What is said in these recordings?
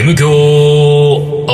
M 強ア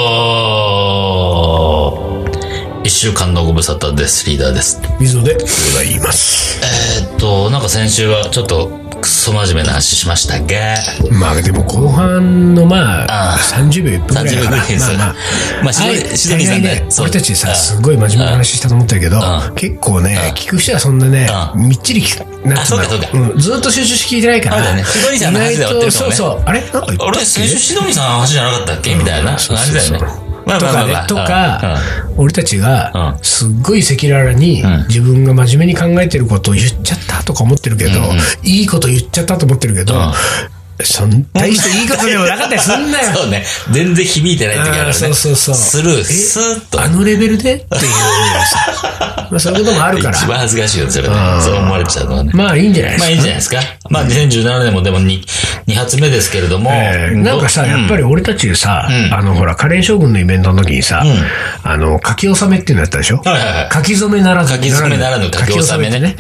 ワー。一週間のご無沙汰です。リーダーです。 水野でございます。 なんか先週はちょっとクソ真面目な話しましたが、 まあでも後半の30秒1分ぐらい 30秒ぐらいですよ。まあシドニーさんね、 俺たちさすごい真面目な話したと思ったけど、結構ね聞く人はそんなねみっちりなんつうの、ずっと集中して聞いてないから、 シドニーさんの話で終わってるかもね。 そうあれなんか言ったっけ、 俺先週シドニーさんの話じゃなかったっけみたいな感じだよね。 とか、俺たちがすっごい赤裸々に自分が真面目に考えてることを言っちゃったとか思ってるけど、いいこと言っちゃったと思ってるけど、大していいことでもなかったりすんなよ。 そうね。全然響いてない時あるからね。 そうスルー、スーッと。 あのレベルでっていうさ。まあそういうこともあるから。 一番恥ずかしいよね、それね。そう思われちゃうのはね。 まあいいんじゃないですか。 まあいいんじゃないですか。まあ2017年もでも2発目ですけれども。 なんかさ、やっぱり俺たちさ、ほら、カレー将軍のイベントの時にさ、書き納めっていうのやったでしょ。書き初めならぬ。 書き初めならぬ書き納めね。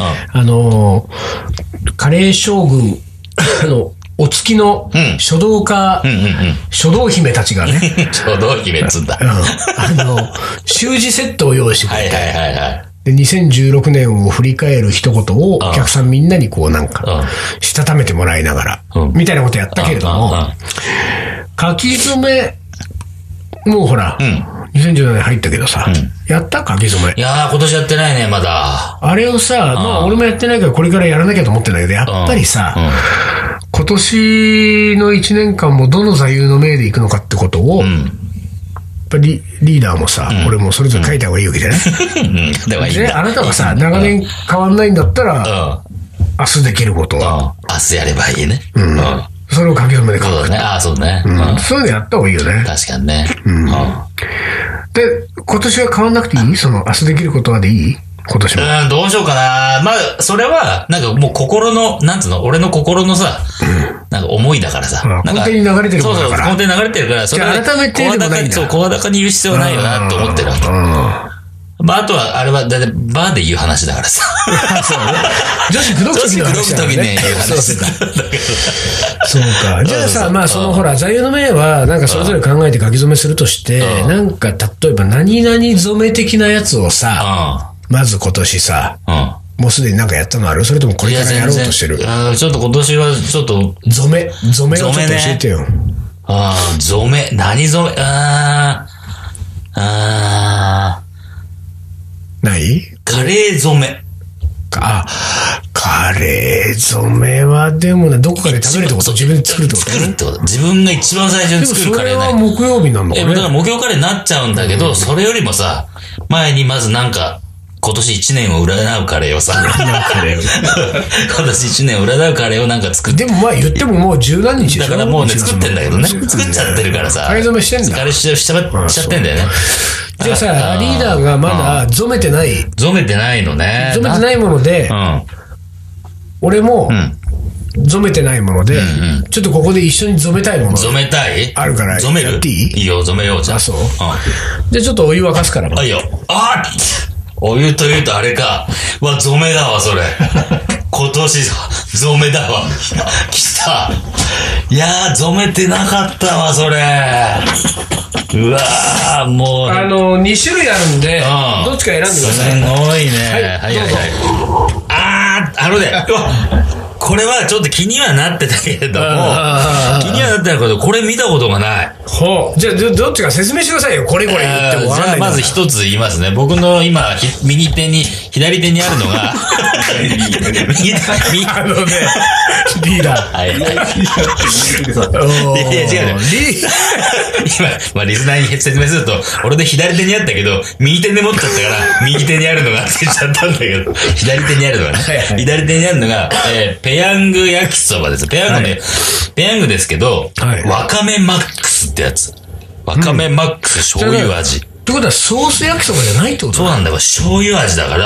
カレー将軍のお付きの書道家、書道姫たちがね。 書道姫っつんだ。 習字セットを用意してくれて。 はいで、2016年を振り返る一言をお客さんみんなにこうなんか、したためてもらいながら、みたいなことやったけれども、書き初め、もうほら、2017年入ったけどさ、やった書き初め。 いやー、今年やってないね、まだ。 あれをさ、まあ俺もやってないからこれからやらなきゃと思ってんだけど、やっぱりさ、今年の1年間もどの座右の銘でいくのかってことを、やっぱりリーダーもさ、俺もそれぞれ書いた方がいいわけじゃない？で、あなたはさ、長年変わんないんだったら、明日できることは。 明日やればいいね。 それを書き初めで書く。 そうだね。ああ、そうね。 そういうのやった方がいいよね。 確かにね。 で、今年は変わんなくていい？その、明日できることはでいい？今年も。 どうしようかな。まあ、それは、なんかもう心の、なんつうの、俺の心のさ、なんか思いだからさ。 根底に流れてるから。 そう、根底に流れてるから、それは改めてでもないんだ。 声高に言う必要ないよな、と思ってるわけ。まあ、あとは、あれは、だいたいバーで言う話だからさ。 そうね。女子口説く時ね、言う話だ。 そうか。じゃあさ、まあ、そのほら、座右の銘は、なんかそれぞれ考えて書き初めするとして、なんか、例えば、何々染め的なやつをさ、まず今年さ、もうすでになんかやったのある？それともこれからやろうとしてる？ ちょっと今年はちょっと。 染めをちょっと教えてよ。 染め、何染め、 ないカレー染め。 カレー染めはでもね、どこかで食べるってこと？自分で作るってこと？ 作るってこと。自分が一番最初に作るカレーない。 でもそれは木曜日なのかね。 だから木曜カレーになっちゃうんだけど、それよりもさ、前にまずなんか、今年1年を占うカレーをさ、今年1年を占うカレーをなんか作って。 でもまあ言ってももう十何日だからもうね、作ってんだけどね。作っちゃってるからさ。 カレー染めしてんだ。 カレーしちゃってんだよね。 じゃあさ、リーダーがまだ染めてない。 染めてないのね。 染めてないもので、俺も、染めてないもので、ちょっとここで一緒に染めたいもの。 染めたい？ あるから、 染める？ やっていい？ いいよ、染めようじゃん。 あ、そう？じゃあちょっとお湯沸かすから。 いいよ。お湯というとあれか。染めだわ、それ。今年、染めだわ。来た。いやー、染めてなかったわ、それ。うわー、もう。 2種類あるんで、どっちか選んでください。 すごいね。はい。これはちょっと気にはなってたけれども、気にはなってたけど、これ見たことがない。 じゃあ、どっちか説明してくださいよ。これ言っても分かんない。 じゃあ、まず一つ言いますね。僕の今、左手にあるのが、 リーダー。 はい。いや、違うね。今、リスナーに説明すると、俺で左手にあったけど、右手で持っちゃったから、右手にあるのがって言っちゃったんだけど、左手にあるのがね。左手にあるのが、ペヤング焼きそばです。ペヤングですけど、わかめマックスってやつ。わかめマックス醤油味。 ってことはソース焼きそばじゃないってことそうなんだよ。醤油味だから、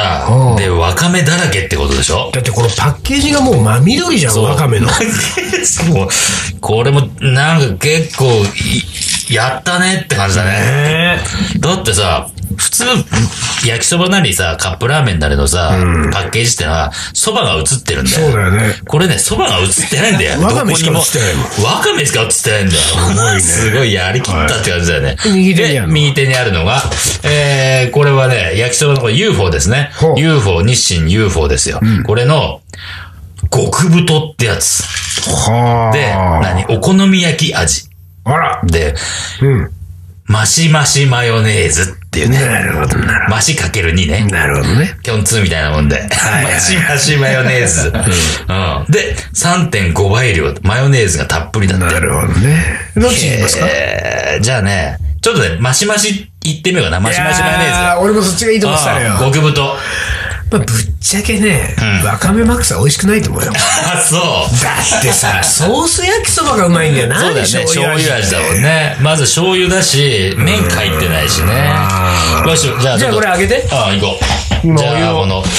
で、わかめだらけってことでしょ？ だってこのパッケージがもう真緑じゃん、わかめの。 そう。これも、なんか結構、やったねって感じだね。だってさ、 普通、焼きそばなりさ、カップラーメンなりのさ、パッケージってのは、蕎麦が映ってるんだよ。 そうだよね。 これね、蕎麦が映ってないんだよ。 わかめしか映ってないもん。 わかめしか映ってないんだよ。すごいね。すごいやりきったって感じだよね。 右手にあるの。 右手にあるのが、これはね、焼きそばのこれ UFO ですね。UFO、日清 UFO ですよ。これの、極太ってやつ。で、お好み焼き味。 あら。 で、マシマシマヨネーズっていうね。 なるほどな。 マシかける2ね。 なるほどね。 キョン2みたいなもんで。マシマシマヨネーズ。で、3.5 倍量。マヨネーズがたっぷりだって。 なるほどね。どっちいきますか？ じゃあね、ちょっとね、マシマシいってみようかな。マシマシマヨネーズ。 俺もそっちがいいと思ってたよ。 極太。 まあ、ぶっちゃけね、わかめマックスは美味しくないと思うよ。 あ、そう。 だってさ、ソース焼きそばがうまいんだよな。 そうだよね。醤油味だもんね。まず醤油だし、麺入ってないしね。よし、じゃあこれあげて。 ああ、行こう。じゃあ、この、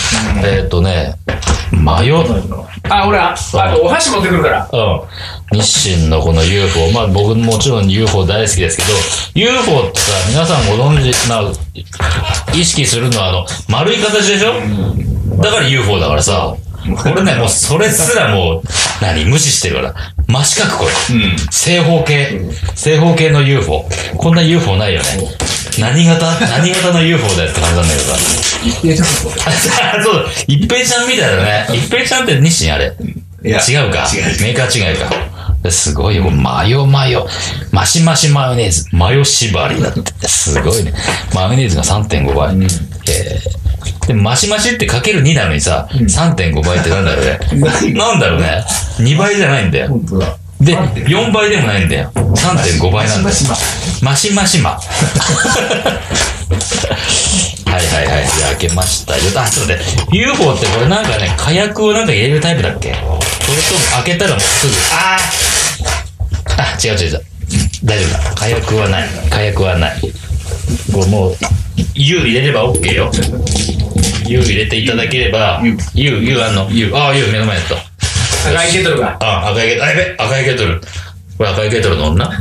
マヨ。 あ、俺あとお箸持ってくるから。 日清のこの UFO。まあ僕もちろん UFO 大好きですけど、UFO ってさ、皆さんご存知、まあ、意識するのは丸い形でしょ？だから UFO だからさ、これね、もうそれすらもう、無視してるから。真四角これ。正方形の UFO。こんな UFO ないよね。何型の UFO だよって感じなんだけどさ。 一平ちゃんそうだ。一平ちゃんみたいだね。一平ちゃんって日清あれ？違うか。メーカー違いか。すごいよ。マシマシマヨネーズ。マヨ縛りだって。すごいね。マヨネーズが 3.5 倍。でも、マシマシってかける2なのにさ、3.5 倍ってなんだろうね。なんだろうね。2倍じゃないんだよ。で、4倍でもないんだよ。3.5 倍なんだよ。マシマシマ。はい。じゃあ開けましたよ。あ、そうだね。UFO ってこれなんかね、火薬をなんか入れるタイプだっけ？それとも開けたらもうすぐ、違う。大丈夫だ。火薬はない。これもう、U 入れれば OK よ。U 入れていただければ、U 目の前だと。 赤いケトルが。 赤いケトル。これ赤いケトルの女？こ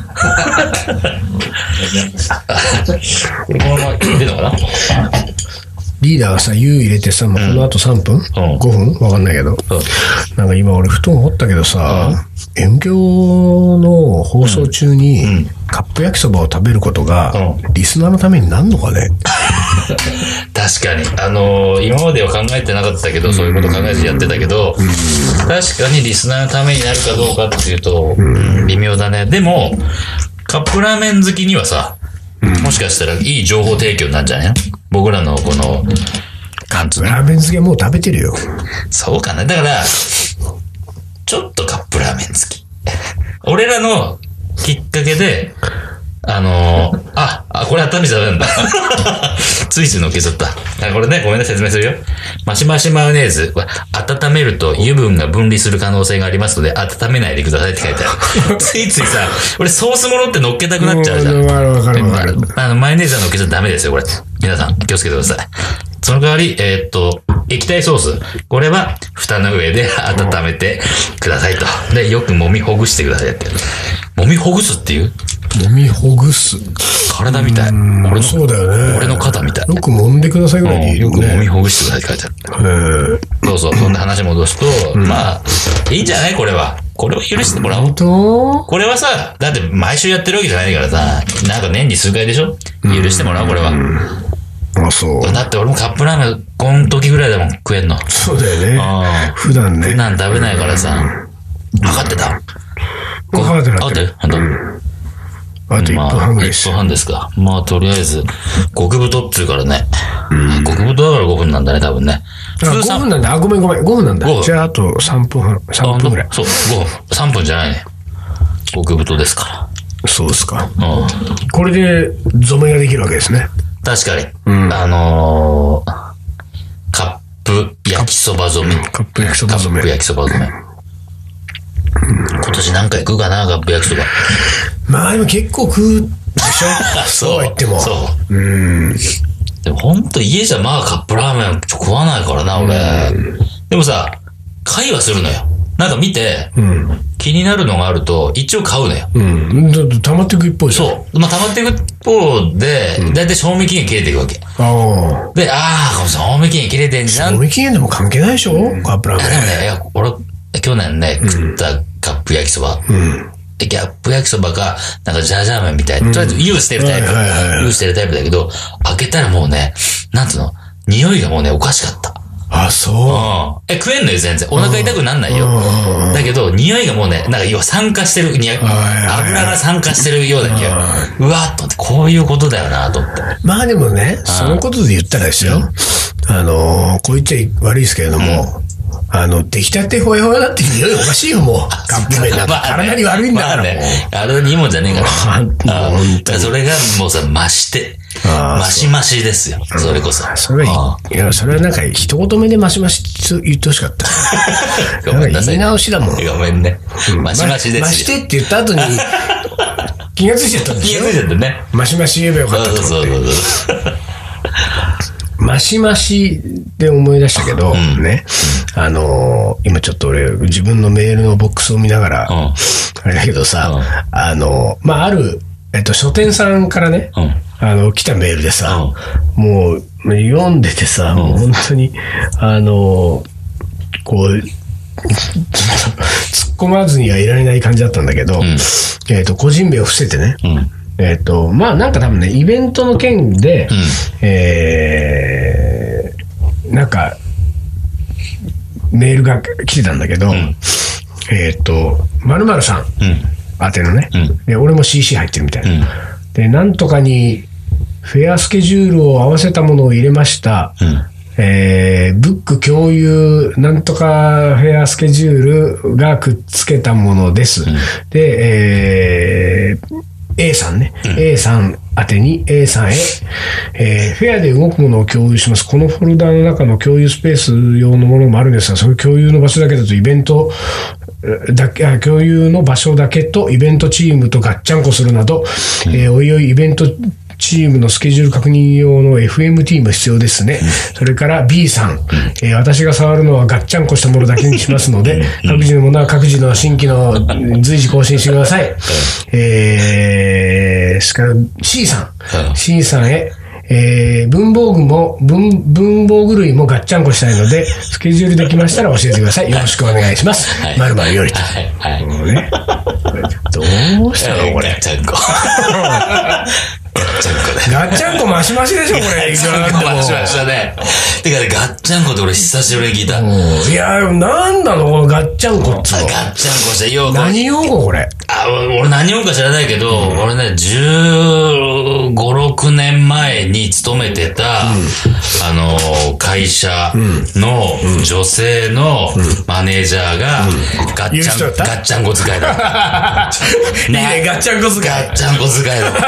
れこのまま入れるのかな？ リーダーがさ、湯入れてさ、この後3分 ?5 分わかんないけど。なんか今俺ふと思ったけどさ、M響の放送中にカップ焼きそばを食べることが、リスナーのためになんのかね？ 確かに。今までは考えてなかったけど、そういうこと考えずやってたけど、確かにリスナーのためになるかどうかっていうと、微妙だね。でも、カップラーメン好きにはさ、もしかしたらいい情報提供なんじゃないの？僕らのこの、 ラーメン漬けもう食べてるよ。 そうかな。だから、ちょっとカップラーメン好き。俺らのきっかけで、これ温めちゃダメなんだ。ついつい乗っけちゃった。これね、ごめんね、説明するよ。マシマシマヨネーズは、温めると油分が分離する可能性がありますので、温めないでくださいって書いてある。ついついさ、俺ソースものって乗っけたくなっちゃうじゃん。 わかる。 マヨネーズは乗っけちゃダメですよ、これ。皆さん、気をつけてください。その代わり、液体ソース。これは、蓋の上で温めてくださいと。で、よく揉みほぐしてくださいって。揉みほぐすっていう？ 揉みほぐす。 体みたい。 そうだよね。 俺の肩みたい。 よく揉んでくださいぐらいに、 よく揉みほぐしてくださいって書いてある。そう。そんな話戻すと、まあ、いいんじゃないこれは。これを許してもらおう。これはさ、だって毎週やってるわけじゃないからさ、なんか年に数回でしょ？許してもらおう、これは。 あ、そう。 だって俺もカップラーメン、この時ぐらいでも食えんの。 そうだよね。普段ね。 普段食べないからさ。分かってた？ 分かってなってる。あと1分半ぐらいです。 1分半ですか。まあ、とりあえず、極太っつうからね。極太だから5分なんだね、多分ね。 5分なんだ。ごめん。5分なんだ。じゃあ、あと3分半、3分ぐらい。 そう、5分。3分じゃないね。極太ですから。 そうですか。これで、染めができるわけですね。 確かに。カップ焼きそば染め。 カップ焼きそば染め。 カップ焼きそば染め。今年何回食うかな、カップ焼きそば。 まあでも結構食うでしょ？そうは言っても。 そう。でもほんと家じゃまあカップラーメン食わないからな、俺。でもさ、会話するのよ。 なんか見て、気になるのがあると、一応買うのよ。 溜まっていく一方でしょ。 そう。まあ、溜まっていく一方で、だいたい賞味期限切れていくわけ。で、賞味期限切れてんじゃん。 賞味期限でも関係ないでしょ、カップラーメン。 でもね、俺、去年ね、食ったカップ焼きそば。キャップ焼きそばが、なんかジャージャー麺みたいな。とりあえず、湯を捨てるタイプ。湯を捨てるタイプだけど、開けたらもうね、なんつうの、匂いがもうね、おかしかった。 そう。 食えんのよ、全然。お腹痛くなんないよ。だけど、匂いがもうね、なんか要は酸化してる、油が酸化してるような匂い。うわーっと思って、こういうことだよなと思って。 まあでもね、そのことで言ったらですよ。こう言っちゃ悪いですけれども、出来たてほやほやだって匂いおかしいよ、もう。カップ麺なんか体に悪いんだから。 体にいいもんじゃねえから。それがもうさ、増して。マシマシですよ。それこそ。 それはなんか一言目でマシマシ言ってほしかった。ごめんなさい。言い直しだもん。 ごめんね。マシマシですよ。 マシてって言った後に気がついちゃったんですよ。 気がついちゃったね。 マシマシ言えばよかったと思って。そう。マシマシで思い出したけど、ね。今ちょっと俺、自分のメールのボックスを見ながら、あれだけどさ、まあ、ある、書店さんからね、来たメールでさ、もう、読んでてさ、もう本当に、こう、突っ込まずにはいられない感じだったんだけど、個人名を伏せてね、まあなんか多分ね、イベントの件で、なんか、メールが来てたんだけど、〇〇さん宛てのね、俺も CC 入ってるみたいな。で、なんとかにフェアスケジュールを合わせたものを入れました。ブック共有なんとかフェアスケジュールがくっつけたものです。で、A さんね、A さん宛てに A さんへ、フェアで動くものを共有します。このフォルダの中の共有スペース用のものもあるんですが、そういう共有の場所だけだとイベントだけ、共有の場所だけとイベントチームとガッチャンコするなど、おいおいイベントチームのスケジュール確認用の FMT も必要ですね。それから B さん、私が触るのはガッチャンコしたものだけにしますので、各自のものは各自の新規の随時更新してください。それから C さん、C さんへ、文房具類もガッチャンコしたいので、スケジュールできましたら教えてください。よろしくお願いします。〇〇よりと。どうしたのこれ。ガッチャンコ。ガッチャンコマシマシでしょこれ。 マシマシだね。てかね、ガッチャンコって俺久しぶりに聞いた。 いや、なんなのこのガッチャンコっつうの。 ガッチャンコしてよ。 何用語これ。 俺何用か知らないけど、俺ね、15、6年前に勤めてた、会社の女性のマネージャーが、ガッチャンコ使いだった。 いいね、ガッチャンコ使い。 ガッチャンコ使いだった。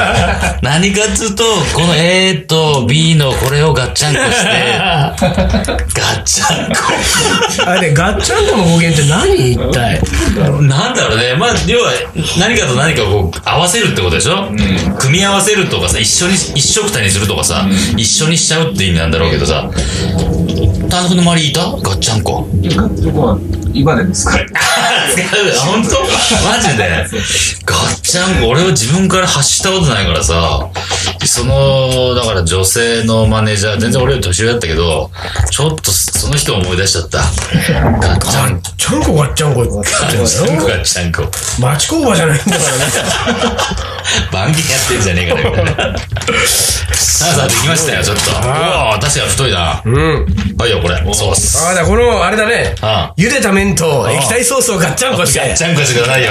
何かっつうと、この A と B のこれをガッチャンコして、ガッチャンコ。 あれ、ガッチャンコの語源って何一体。 なんだろうね。まあ、要は、何かと何かをこう合わせるってことでしょ、組み合わせるとかさ、一緒くたにするとかさ、一緒にしちゃうって意味なんだろうけどさ、単独の周りいたガッチャンコ。 ガッチャンコは今でも使う。 本当マジでガッチャンコ、俺は自分から発したことないからさ、だから女性のマネージャー、全然俺より年上だったけど、ちょっとその人を思い出しちゃった。ガッチャンコ。 ガッチャンコ。 ガッチャンコ。 町工場じゃないんだからね。 番組やってんじゃねえかな、みたいな。さあ、できましたよ、ちょっと。うわ確かに太いな。はいよ、これ。ソース。 この、あれだね。茹でた麺と液体ソースをガッチャンコして。 ガッチャンコしてくださいよ。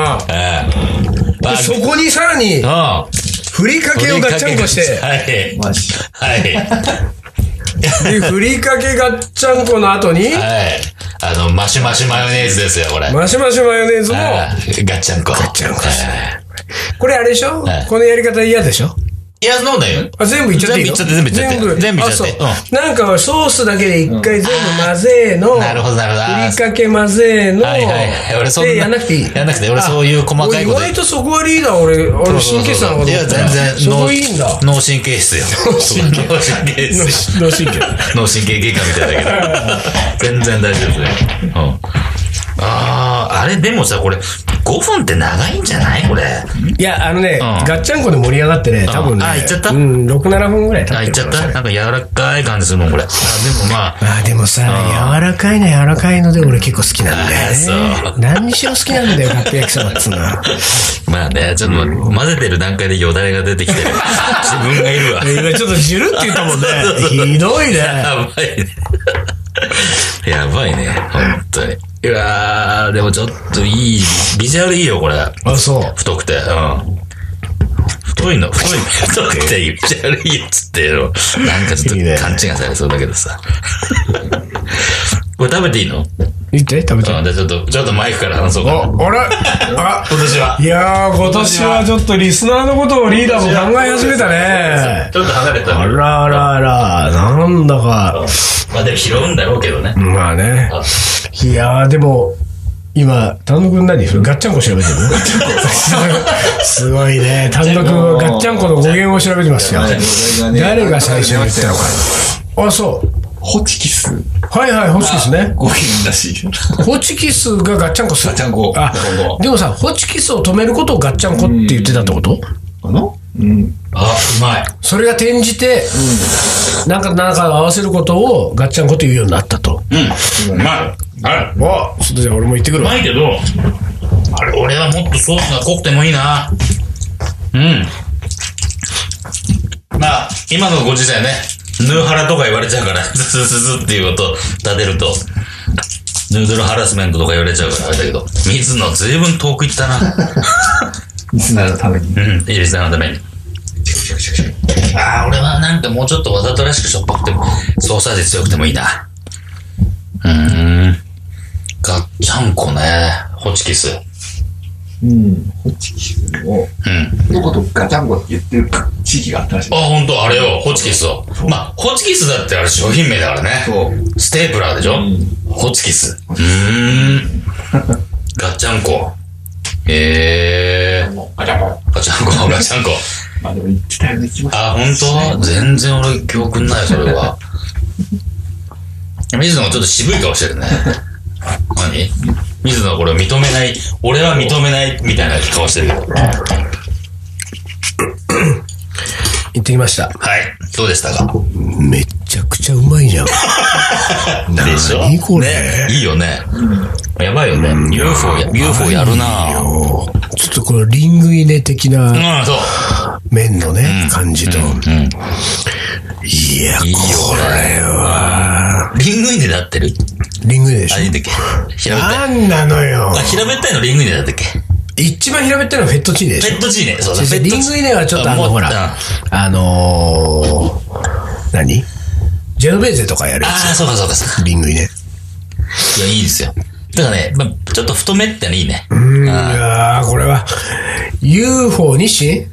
そこにさらに、ふりかけをガッチャンコして。 はい。はい。 で、ふりかけガッチャンコの後に、 マシマシマヨネーズですよ、これ。 マシマシマヨネーズも、 ガッチャンコ。 ガッチャンコして。これあれでしょこのやり方嫌でしょいや、そうだよ。 全部いっちゃっていいの？ 全部いっちゃって。全部いっちゃって。 なんかソースだけで一回全部混ぜの。 なるほど、なるほど。 ふりかけ混ぜの。 はい。俺そんな。 やんなくていい。 やんなくて、俺そういう細かいこと。 意外とそこはリーダー、俺神経質なのかと思った。 いや、全然。 そこいいんだ。 脳神経質よ。脳神経外科みたいだけど。全然大丈夫ですね。 あれでもさ、これ、5分って長いんじゃないこれ。 いや、ガッチャンコで盛り上がってね、多分ね。 いっちゃった？ 6、7分ぐらい経ってる。 いっちゃった？なんか柔らかい感じするもん、これ。でもまあ。 でもさ、柔らかいので俺結構好きなんだよね。 そう。 何にしろ好きなんだよ、カップ焼きそばっつうのは。 まあね、ちょっと混ぜてる段階でよだれが出てきてる。自分がいるわ。 今ちょっとジュルって言ったもんね。ひどいね。 やばいね。やばいね、本当に。うわー、でもちょっといい、ビジュアルいいよ、これ。 そう。 太くて、太くていい、ビジュアルいいっつってよ。なんかちょっと勘違いされそうだけどさ。これ食べていいの？ いいって食べて。 じゃあちょっとマイクから話そうかな。 あれ今年は。 いやー、今年はちょっとリスナーのことをリーダーも考え始めたね。 ちょっと離れた。 あら、なんだか。 まあでも拾うんだろうけどね。 まあね。いやー、でも、今、単独何ガッチャンコ調べてるのすごいね。単独ガッチャンコの語源を調べてますよ。誰が最初に言ったのか。そう。 ホチキス。 はい、ホチキスね。 語源だし。 ホチキスがガッチャンコする。 ガッチャンコ。 でもさ、ホチキスを止めることをガッチャンコって言ってたってことかな？うん。 うまい。 それが転じて、なんか合わせることをガッチャンコというようになったと。 うまい。はい。 ちょっとじゃあ俺も行ってくるわ。 うまいけど、俺はもっとソースが濃くてもいいな。まあ、今のご時世ね、ヌーハラとか言われちゃうから、ズズっていうこと立てると、ヌードルハラスメントとか言われちゃうからあれだけど、水野ずいぶん遠く行ったな。 リスナーのために。 リスナーのために。俺はなんかもうちょっとわざとらしくしょっぱくても、ソース味強くてもいいな。ガッチャンコね。ホチキス。 ホチキスを、のことガチャンコって言ってる地域があったらしい。 ほんと、あれよ、ホチキスを。まあ、ホチキスだってあれ商品名だからね。 そう。 ステープラーでしょ？ホチキス。ガッチャンコ。ガチャンコ。 まあでも言ってたよね、気持ち。 ほんと？全然俺記憶ない、それは。水野がちょっと渋い顔してるね。何？水野はこれを認めない、俺は認めないみたいな顔してるけど。 行ってきました。 はい。どうでしたか？ めちゃくちゃうまいじゃん。 でしょ？ 何これ？ ね、いいよね。やばいよね。UFO やるなぁ。 ちょっとこのリングイネ的な麺のね、感じと。いや、これは。 リングイネで合ってる？ リングイネでしょ？ いいんだっけ？平べったい。 なんなのよ。 平べったいのリングイネだったっけ？ 一番平べったいのはフェットチーネでしょ？ フェットチーネ。そうだ。 リングイネはちょっとほら、何？ジェノベーゼとかやるやつ。 そうか。 リングイネ。 いや、いいですよ。だからね、ちょっと太めってのいいね。 いやー、これは、UFO 日清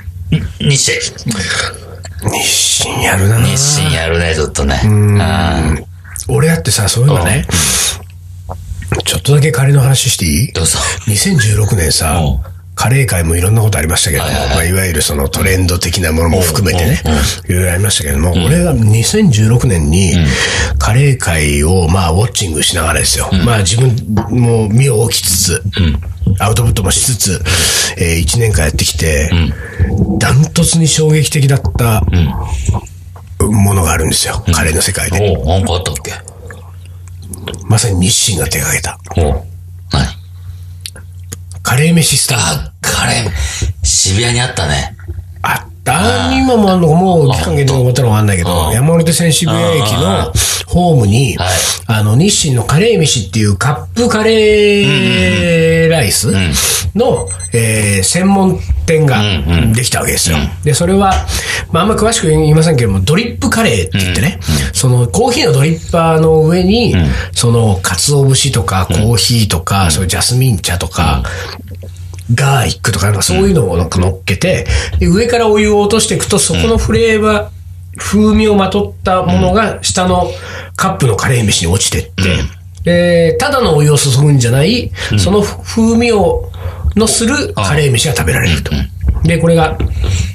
やるな。 日清やるね、ちょっとね。 俺だってさ、そういうのね、ちょっとだけカレーの話していい？ どうぞ。 2016年さ、カレー界もいろんなことありましたけども、いわゆるそのトレンド的なものも含めてね、いろいろありましたけども、俺が2016年にカレー界をウォッチングしながらですよ。自分も身を置きつつ、アウトプットもしつつ、1年間やってきて、ダントツに衝撃的だったものがあるんですよ。カレーの世界で。 なんかあったっけ？ まさに日清が手掛けた。 何？ カレー飯スター。 カレー、渋谷にあったね。 あった。今もあんのか、もう期間限定のことはわかんないけど、山手線渋谷駅のホームに、日清のカレー飯っていうカップカレーライスの、専門店ができたわけですよ。で、それは、あんま詳しく言いませんけども、ドリップカレーって言ってね、そのコーヒーのドリッパーの上に、その鰹節とかコーヒーとか、そういうジャスミン茶とか、ガーリックとかそういうのをなんか乗っけて、で上からお湯を落としていくと、そこのフレーバー、風味をまとったものが下のカップのカレー飯に落ちてって、ただのお湯を注ぐんじゃない、その風味をのするカレー飯が食べられると。で、これが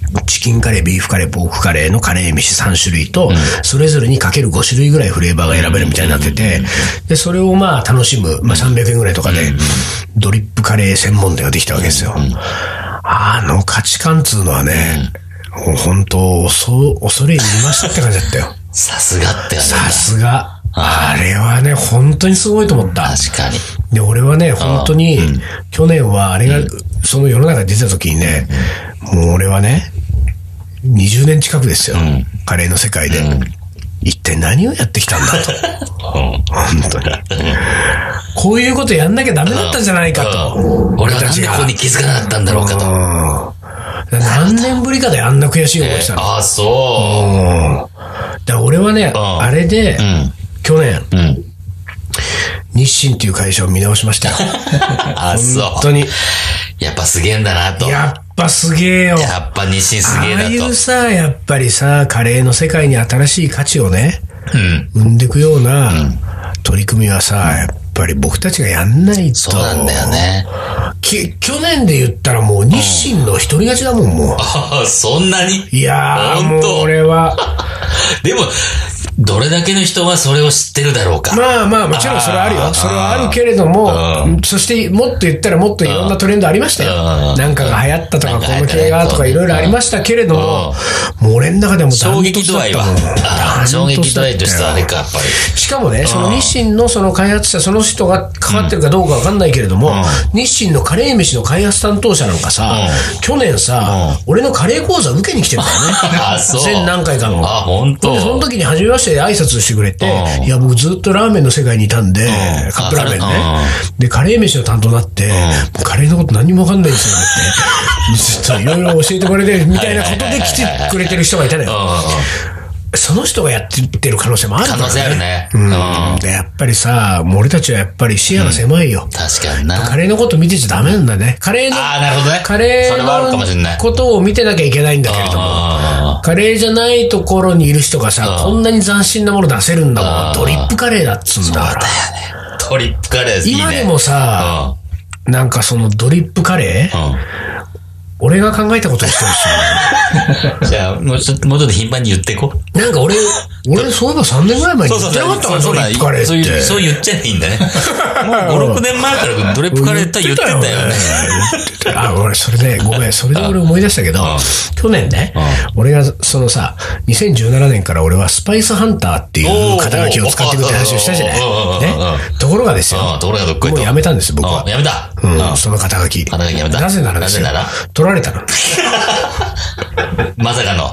チキンカレー、ビーフカレー、ポークカレーのカレー飯3種類と、それぞれにかける5種類ぐらいフレーバーが選べるみたいになってて、で、それをまあ楽しむ、まあ300円ぐらいとかで、ドリップカレー専門店ができたわけですよ。あの価値観つうのはね、本当、恐れ入りましたって感じだったよ。 さすがって感じだ。 さすが。あれはね、本当にすごいと思った。 確かに。 で、俺はね、本当に、去年はあれが、その世の中に出た時にね、もう俺はね、20年近くですよ。カレーの世界で。一体何をやってきたんだと。本当に。こういうことやんなきゃダメだったんじゃないかと。 俺はなんでここに気づかなかったんだろうかと。 何年ぶりかであんな悔しい思いしたの。 ああ、そう。 だから俺はね、あれで、去年、日清っていう会社を見直しましたよ。 あ、そう。 本当に。 やっぱすげえんだなと。 やっぱすげえよ。 やっぱ日清すげえなと。 ああいうさ、やっぱりさ、カレーの世界に新しい価値をね、生んでいくような取り組みはさ、やっぱり僕たちがやんないと。 そうなんだよね。 去年で言ったらもう日清の一人勝ちだもん、もう。 ああ、そんなに？ いやー、もう俺は。 でも、どれだけの人はそれを知ってるだろうか。 まあまあ、もちろんそれはあるよ。それはあるけれども、そしてもっと言ったらもっといろんなトレンドありましたよ。なんかが流行ったとか、この系がとかいろいろありましたけれども、もう俺の中でも衝撃度合いは。衝撃度合いとしてはあれか、やっぱり。 しかもね、その日清のその開発者、その人が関わってるかどうかわかんないけれども、日清のカレー飯の開発担当者なんかさ、去年さ、俺のカレー講座受けに来てるからね。 あ、そう。 全何回かの。 あ、本当。 で、その時に初めましてで挨拶してくれて、いや、僕ずっとラーメンの世界にいたんで、カップラーメンね。で、カレー飯の担当になって、カレーのこと何もわかんないんですよって、ずっといろいろ教えてもらえて、みたいなことで来てくれてる人がいたのよ。その人がやってる可能性もあるからね。 可能性あるね。 で、やっぱりさ、もう俺たちはやっぱり視野が狭いよ。 確かにな。 カレーのこと見てちゃダメなんだね。カレーの、 なるほどね。 カレーのことを見てなきゃいけないんだけれども、カレーじゃないところにいる人がさ、こんなに斬新なもの出せるんだもん。ドリップカレーだっつうんだから。 そうだよね。ドリップカレーですね。 今でもさ、なんかそのドリップカレー、俺が考えたことにしてほしい。 じゃあ、もうちょっと頻繁に言っていこう。 なんか俺そういえば3年ぐらい前に言ってなかったから、ドリップカレーって。 そう言っちゃいいんだね。もう5、6年前からドリップカレーって言ってたよね。 俺、それで、ごめん、それで俺思い出したけど、去年ね、俺がそのさ、2017年から俺はスパイスハンターっていう肩書きを使ってくって話をしたじゃない。ね。ところがですよ。 ところがどっこいと。 もうやめたんですよ、僕は。 やめた。 その肩書き。 肩書きやめた。 なぜならですよ。取られたの。 まさかの、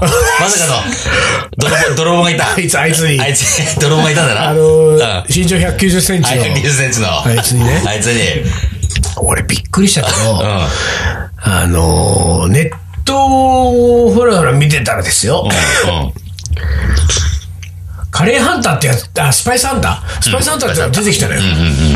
泥棒がいた。 あいつに。 泥棒がいたんだな。 身長190センチの。 190センチの。 あいつにね。 あいつに。 俺びっくりしたけど、ネットをほらほら見てたらですよ。カレーハンターってやつ、スパイスハンタースパイスハンターって出てきたのよ。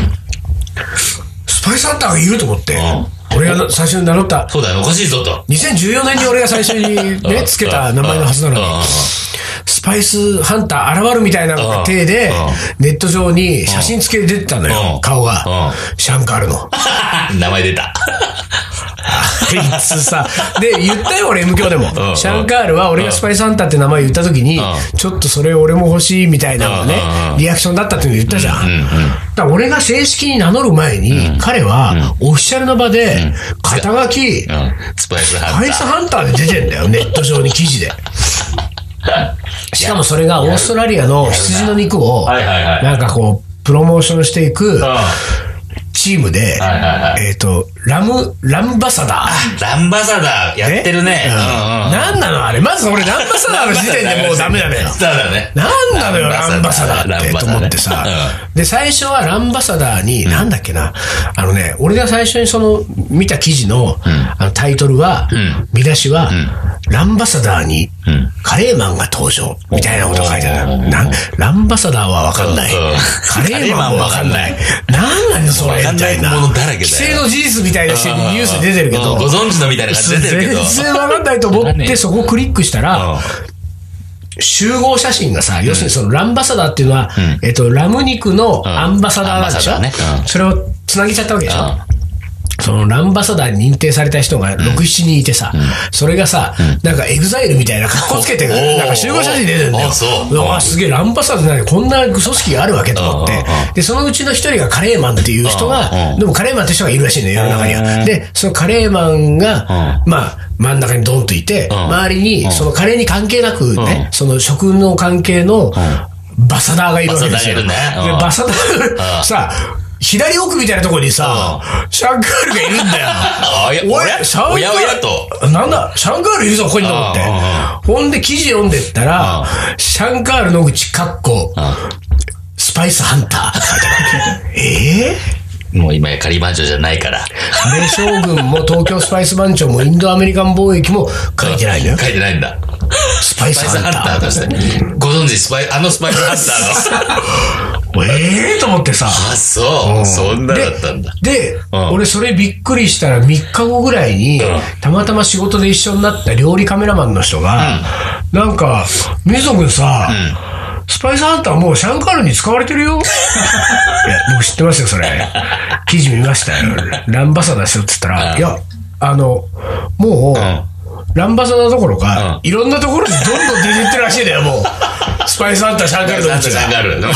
スパイスハンターがいると思って。俺が最初に名乗った。 そうだよ、おかしいぞと。 2014年に俺が最初にね、つけた名前のはずなのに。スパイスハンター現るみたいな体で、ネット上に写真付きで出てたのよ、顔が。シャンカールの。 名前出た。 あいつさ、で、言ったよ、俺 M 響でも。シャンカールは俺がスパイスハンターって名前言った時に、ちょっとそれ俺も欲しいみたいなのね、リアクションだったっていうの言ったじゃん。だから俺が正式に名乗る前に、彼はオフィシャルの場で、肩書き、 スパイスハンターで出てんだよ、ネット上に記事で。しかもそれがオーストラリアの羊の肉を、なんかこう、プロモーションしていく、チームで、ランバサダー。 ランバサダーやってるね。 なんなのあれ。まず俺ランバサダーの時点でもうダメなのよ。なんなのよ、ランバサダーってと思ってさ。で、最初はランバサダーに、なんだっけな。俺が最初にその見た記事のタイトルは、見出しは、ランバサダーにカレーマンが登場みたいなこと書いてある。ランバサダーはわかんない。カレーマンもわかんない。なんなのそれみたいな。既成の事実みたいなニュース出てるけど。 ご存知のみたいな感じ出てるけど。 全然わかんないと思ってそこをクリックしたら、集合写真がさ、要するにそのランバサダーっていうのは、ラム肉のアンバサダーなんでしょ。それをつなげちゃったわけでしょ。 そのランバサダーに認定された人が6、7人いてさ、それがさ、なんかエグザイルみたいな格好つけて、なんか集合写真出てるんだよ。すげえ、ランバサダーってこんな組織があるわけと思って。で、そのうちの一人がカレーマンっていう人が、でもカレーマンって人がいるらしいのよ、世の中には。で、そのカレーマンが、まあ、真ん中にドンといて、周りに、そのカレーに関係なくね、その食の関係のバサダーがいるわけですよ。バサダーがさ、左奥みたいなところにさ、シャンカールがいるんだよ。 おやと。 なんだ、シャンカールいるぞ、ここにと思って。ほんで記事読んでったら、シャンカール野口スパイスハンターって書いてあるわけ。 もう今や仮番長じゃないから。 カレー将軍も東京スパイス番長もインドアメリカン貿易も書いてないんだよ。 書いてないんだ。 スパイスハンターとして。ご存知、あのスパイスハンターの。 と思ってさ。 あ、そう。そんなだったんだ。 で、俺それびっくりしたら3日後ぐらいに、たまたま仕事で一緒になった料理カメラマンの人が、なんか、水野君さ、スパイスハンターもうシャンカールに使われてるよ。いや、僕知ってますよ、それ。記事見ましたよ。ランバサダーですよって言ったら、いや、もう、ランバサダーどころか、いろんなところにどんどん出てってるらしいんだよ、もう。スパイスハンター、シャンカールのうちが。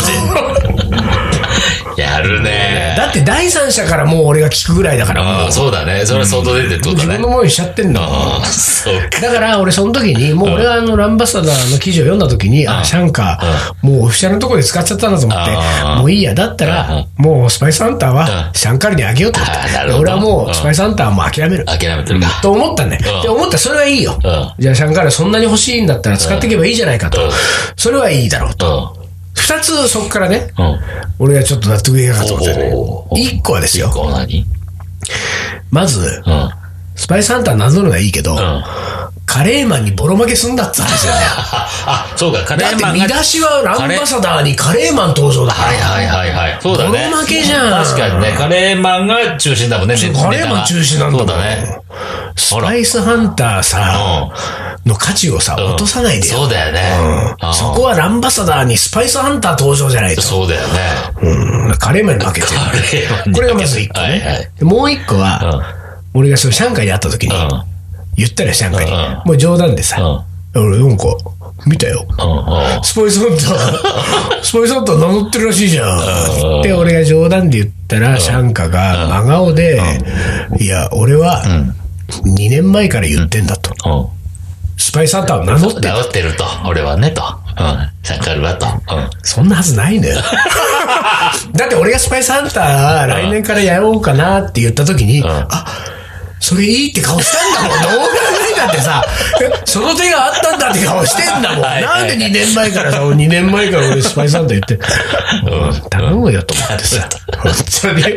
やるね。 だって第三者からもう俺が聞くぐらいだからもう。 そうだね。それは相当出てるってことだね。 自分のものにしちゃってんだもん。だから俺その時に、もう俺がランバサダーの記事を読んだ時に、あ、シャンカー、もうオフィシャルのところで使っちゃったんだと思って、もういいや。だったら、もうスパイスハンターはシャンカールにあげようと思って。俺はもうスパイスハンターはもう諦める。 諦めてるか。 と思ったんだよ。で、思ったらそれはいいよ。じゃあシャンカールそんなに欲しいんだったら使っていけばいいじゃないかと。それはいいだろうと。二つそこからね、俺がちょっと納得いかなかったことね。一個はですよ。まず、スパイスハンター名乗るのはいいけど、カレーマンにボロ負けすんだって話よね。 あ、そうか、カレーマンが。 だって見出しはランバサダーにカレーマン登場だから。 はい。そうだね。 ボロ負けじゃん。 確かにね、カレーマンが中心だもんね。 カレーマン中心なんだもん。そうだね。スパイスハンターさ、の価値をさ、落とさないでよ。 そうだよね。 そこはランバサダーにスパイスハンター登場じゃないと。 そうだよね。 カレーマンに負けてる。これがまず一個ね。もう一個は、俺がそのシャンカイで会った時に、言ったらシャンカイに、もう冗談でさ、俺なんか、見たよ。スパイスハンター名乗ってるらしいじゃん。って俺が冗談で言ったら、シャンカが真顔で、いや、俺は2年前から言ってんだと。スパイスハンターを名乗って名乗ってると。俺はね、と。シャンカールはと。 そんなはずないのよ。だって俺がスパイスハンター来年からやろうかなって言った時に、あ、それいいって顔したんだもん。どう考えたってさ、その手があったんだって顔してんだもん。なんで2年前からさ、2年前から俺スパイスハンター言って、頼むよと思ってさ。本当に。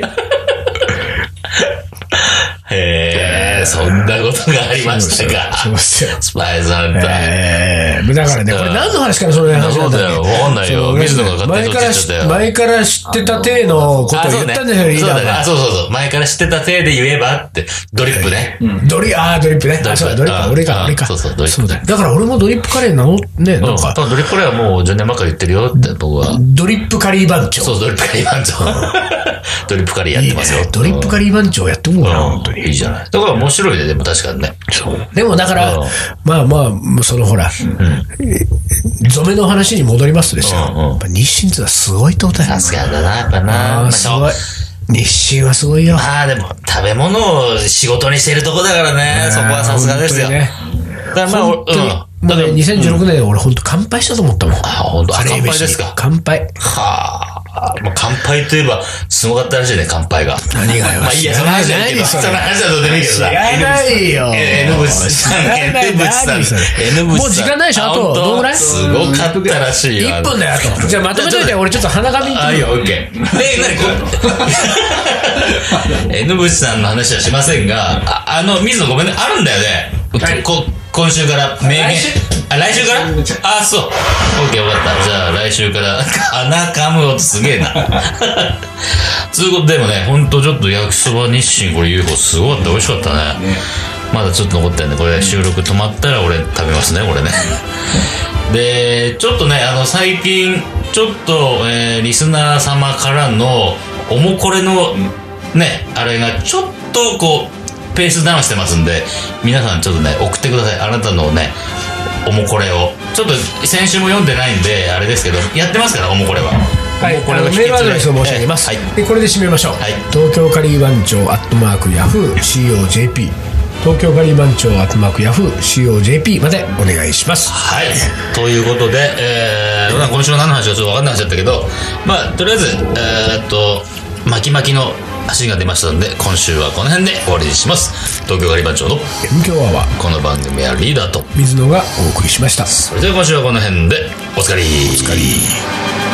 へえ、そんなことがありましたか。 そうですよ。 スパイスハンター。 だからね、これ何の話からその話なんだよ。 わかんないよ。水野が勝手に取っちゃったよ。 前から知ってた体のことを言ったんだよ、リーダーが。 そう。前から知ってた体で言えばって、ドリップね。 ドリップね。そうだ、ドリップ。俺か。 そう、ドリップ。 そうだ。だから俺もドリップカレーね、なんか。 ドリップカレーはもう10年前から言ってるよって、僕は。 ドリップカリー番長。 そう、ドリップカリー番長。ドリップカリーやってますよ。 ドリップカリー番長やってもうかな、本当に。 いいじゃない。だから面白いね、でも確かにね。 そう。でもだから、まあ、そのほら、染めの話に戻りますとですよ。やっぱ日清ってのはすごいってことだよ。 さすがだな、やっぱな。 すごい。日清はすごいよ。 まあでも、食べ物を仕事にしてるとこだからね、そこはさすがですよ。だからまあ、 だって2016年俺本当乾杯したと思ったもん。 あ、本当。乾杯ですか。 乾杯。 はあ。乾杯といえば、すごかったらしいね、乾杯が。 何がよ。 まあいいや、その話はどうでもいいけどさ。 知らないよ。 N 物さん。 もう時間ないでしょ、あと、どのぐらい？ すごかったらしいよ。 1分だよ、あと。じゃあまとめといて、俺ちょっと鼻紙。 あ、いいよ、オッケー。N 物さんの話はしませんが、水野ごめんね、あるんだよね。今週から名言。来週からあ、そう。オッケー、よかった。じゃあ来週から、鼻かむ音すげえな。つうことでもね、ほんとちょっと焼きそば日清これ UFO すごかった。美味しかったね。まだちょっと残ってるんで、これ収録止まったら俺食べますね、これね。で、ちょっとね、最近、ちょっと、リスナー様からのおもこれのね、あれがちょっととこうペースダウンしてますんで、皆さんちょっとね送ってください。あなたのねおもこれを。ちょっと先週も読んでないんであれですけど、やってますから、おもこれは。 はい、 これのメールアドレスを申し上げます、でこれで締めましょう、東京カリー番長@yahoo.co.jp 東京カリー番長@yahoo.co.jp までお願いします。 はい、ということで、今週の何の話かちょっと分かんなくなっちゃったけど、まあとりあえず巻き巻きの足が出ましたので、今週はこの辺で終わりにします。東京カリー番長の M 強アワー、 この番組はリーダーと水野がお送りしました。 それでは今週はこの辺でおつかり。